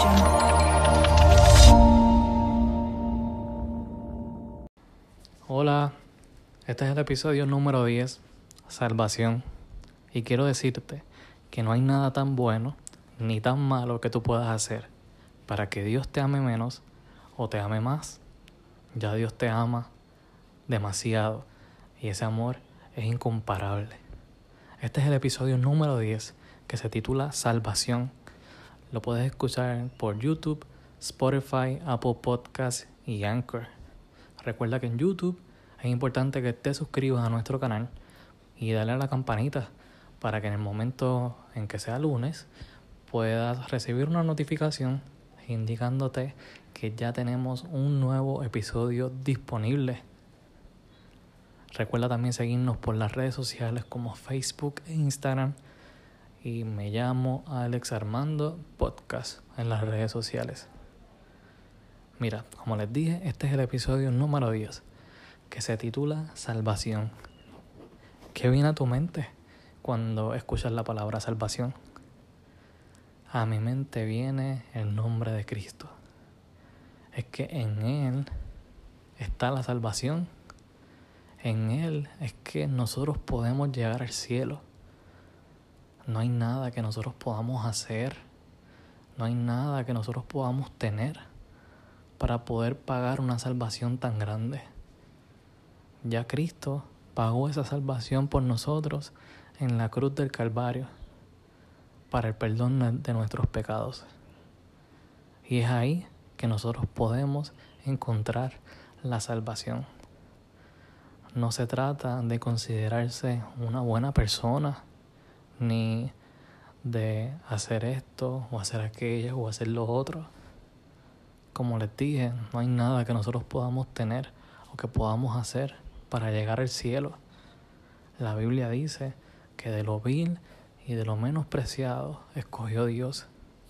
Hola, este es el episodio número 10, Salvación. Y quiero decirte que no hay nada tan bueno ni tan malo que tú puedas hacer para que Dios te ame menos o te ame más. Ya Dios te ama demasiado y ese amor es incomparable. Este es el episodio número 10 que se titula Salvación. Lo puedes escuchar por YouTube, Spotify, Apple Podcasts y Anchor. Recuerda que en YouTube es importante que te suscribas a nuestro canal y dale a la campanita para que en el momento en que sea lunes puedas recibir una notificación indicándote que ya tenemos un nuevo episodio disponible. Recuerda también seguirnos por las redes sociales como Facebook e Instagram y me llamo Alex Armando Podcast en las redes sociales. Mira, como les dije, este es el episodio número 10 que se titula Salvación. ¿Qué viene a tu mente cuando escuchas la palabra salvación? A mi mente viene el nombre de Cristo. Es que en Él está la salvación. En Él es que nosotros podemos llegar al cielo. No hay nada que nosotros podamos hacer. No hay nada que nosotros podamos tener para poder pagar una salvación tan grande. Ya Cristo pagó esa salvación por nosotros en la cruz del Calvario para el perdón de nuestros pecados. Y es ahí que nosotros podemos encontrar la salvación. No se trata de considerarse una buena persona, ni de hacer esto o hacer aquello o hacer lo otro. Como les dije, no hay nada que nosotros podamos tener o que podamos hacer para llegar al cielo. La Biblia dice que de lo vil y de lo menospreciado escogió Dios.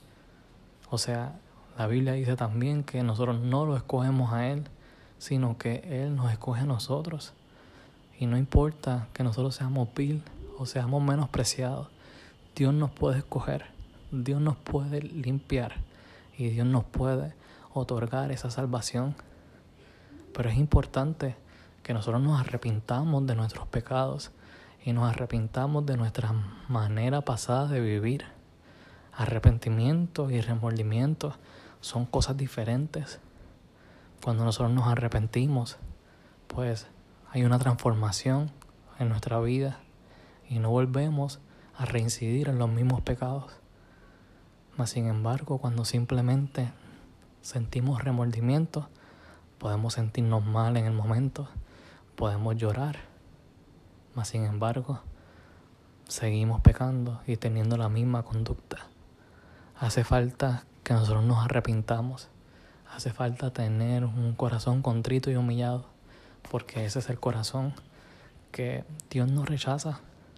O sea, la Biblia dice también que nosotros no lo escogemos a Él, sino que Él nos escoge a nosotros. Y no importa que nosotros seamos vil o seamos menospreciados, Dios nos puede escoger, Dios nos puede limpiar y Dios nos puede otorgar esa salvación. Pero es importante que nosotros nos arrepintamos de nuestros pecados y nos arrepintamos de nuestra manera pasada de vivir. Arrepentimiento y remordimiento son cosas diferentes. Cuando nosotros nos arrepentimos, pues hay una transformación en nuestra vida y no volvemos a reincidir en los mismos pecados. Mas sin embargo, cuando simplemente sentimos remordimiento, podemos sentirnos mal en el momento, podemos llorar, mas sin embargo, seguimos pecando y teniendo la misma conducta. Hace falta que nosotros nos arrepintamos, hace falta tener un corazón contrito y humillado, porque ese es el corazón que Dios nos rechaza.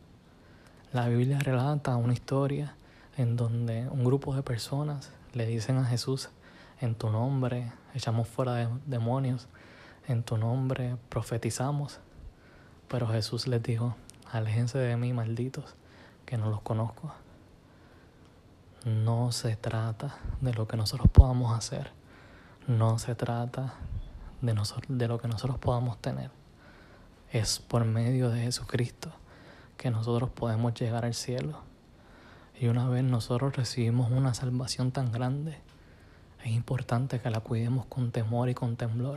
La Biblia relata una historia en donde un grupo de personas le dicen a Jesús: en tu nombre echamos fuera demonios, en tu nombre profetizamos. Pero Jesús les dijo: aléjense de mí, malditos, que no los conozco. No se trata de lo que nosotros podamos hacer, no se trata de lo que nosotros podamos tener. Es por medio de Jesucristo que nosotros podemos llegar al cielo. Y una vez nosotros recibimos una salvación tan grande, es importante que la cuidemos con temor y con temblor.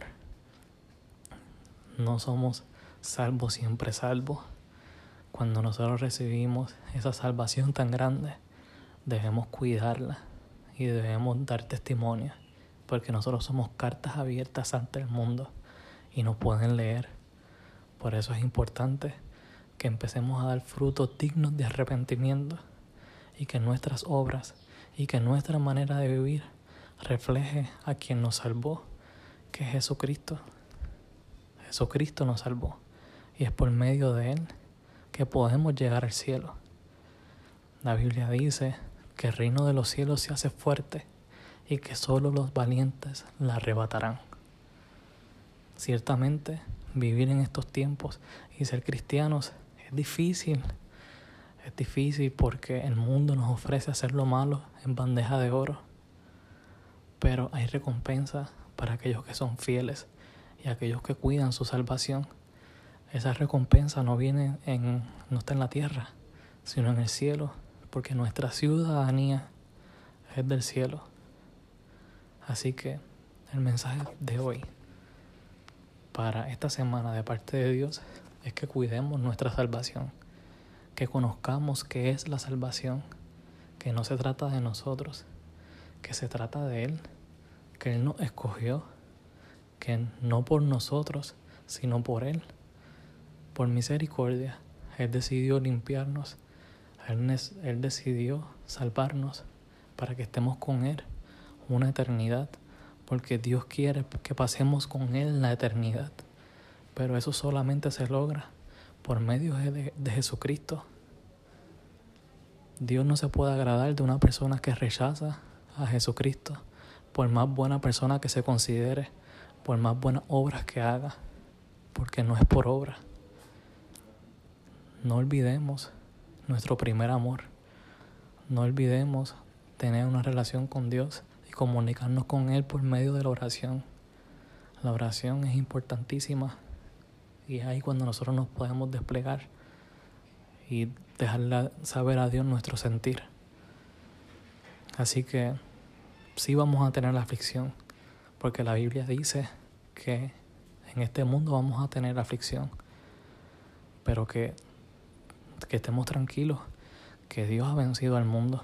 No somos salvos siempre salvos. Cuando nosotros recibimos esa salvación tan grande, debemos cuidarla y debemos dar testimonio, porque nosotros somos cartas abiertas ante el mundo y nos pueden leer. Por eso es importante que empecemos a dar frutos dignos de arrepentimiento y que nuestras obras y que nuestra manera de vivir refleje a quien nos salvó, que es Jesucristo. Jesucristo nos salvó y es por medio de Él que podemos llegar al cielo. La Biblia dice que el reino de los cielos se hace fuerte y que solo los valientes la arrebatarán. Ciertamente, vivir en estos tiempos y ser cristianos es difícil. Es difícil porque el mundo nos ofrece hacer lo malo en bandeja de oro. pero hay recompensa para aquellos que son fieles y aquellos que cuidan su salvación. Esa recompensa no está en la tierra, sino en el cielo, porque nuestra ciudadanía es del cielo. Así que el mensaje de hoy para esta semana de parte de Dios es que cuidemos nuestra salvación, que conozcamos qué es la salvación, que no se trata de nosotros, que se trata de Él, que Él nos escogió, que no por nosotros, sino por Él. Por misericordia, Él decidió limpiarnos, Él decidió salvarnos para que estemos con Él una eternidad, porque Dios quiere que pasemos con Él la eternidad. Pero eso solamente se logra por medio de Jesucristo. Dios no se puede agradar de una persona que rechaza a Jesucristo, por más buena persona que se considere, por más buenas obras que haga, porque no es por obra. No olvidemos nuestro primer amor. No olvidemos tener una relación con Dios y comunicarnos con Él por medio de la oración. La oración es importantísima y es ahí cuando nosotros nos podemos desplegar y dejarle saber a Dios nuestro sentir. Así que sí vamos a tener la aflicción, porque la Biblia dice que en este mundo vamos a tener aflicción, pero que estemos tranquilos, que Dios ha vencido al mundo,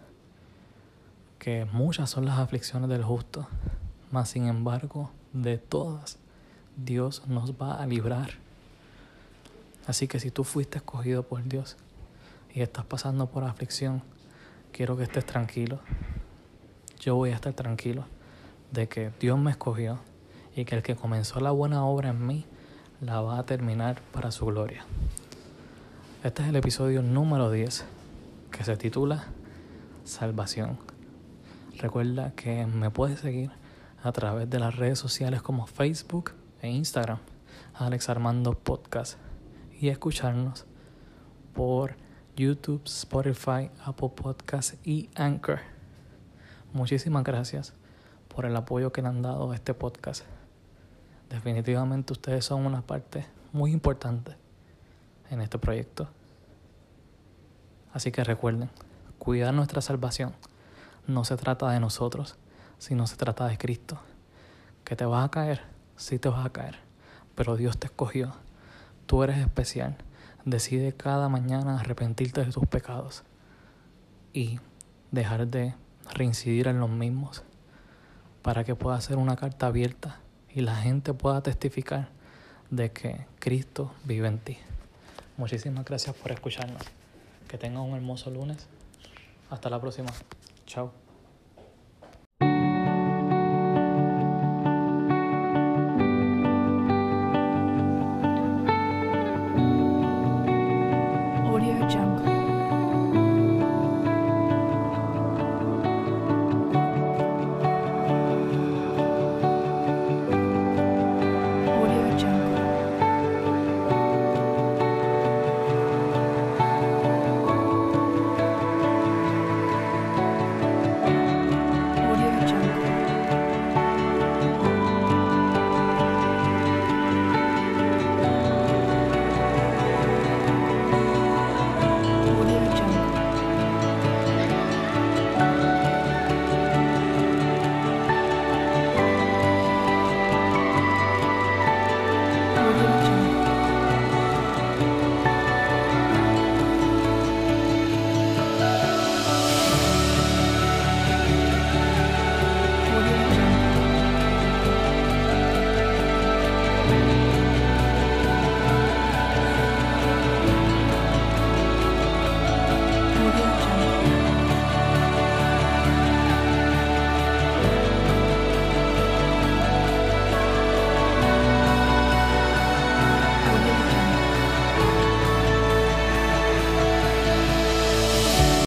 que muchas son las aflicciones del justo, mas sin embargo, de todas, Dios nos va a librar. Así que si tú fuiste escogido por Dios y estás pasando por aflicción, quiero que estés tranquilo. Yo voy a estar tranquilo de que Dios me escogió y que el que comenzó la buena obra en mí la va a terminar para su gloria. Este es el episodio número 10, que se titula Salvación. Recuerda que me puedes seguir a través de las redes sociales como Facebook e Instagram, Alex Armando Podcast, y escucharnos por YouTube, Spotify, Apple Podcasts y Anchor. Muchísimas gracias por el apoyo que le han dado a este podcast. Definitivamente ustedes son una parte muy importante en este proyecto. Así que recuerden, cuidar nuestra salvación no se trata de nosotros, sino se trata de Cristo. ¿Que te vas a caer? Sí te vas a caer, pero Dios te escogió. Tú eres especial. Decide cada mañana arrepentirte de tus pecados y dejar de reincidir en los mismos, para que pueda ser una carta abierta y la gente pueda testificar de que Cristo vive en ti. Muchísimas gracias por escucharnos. Que tengan un hermoso lunes. Hasta la próxima. Chao.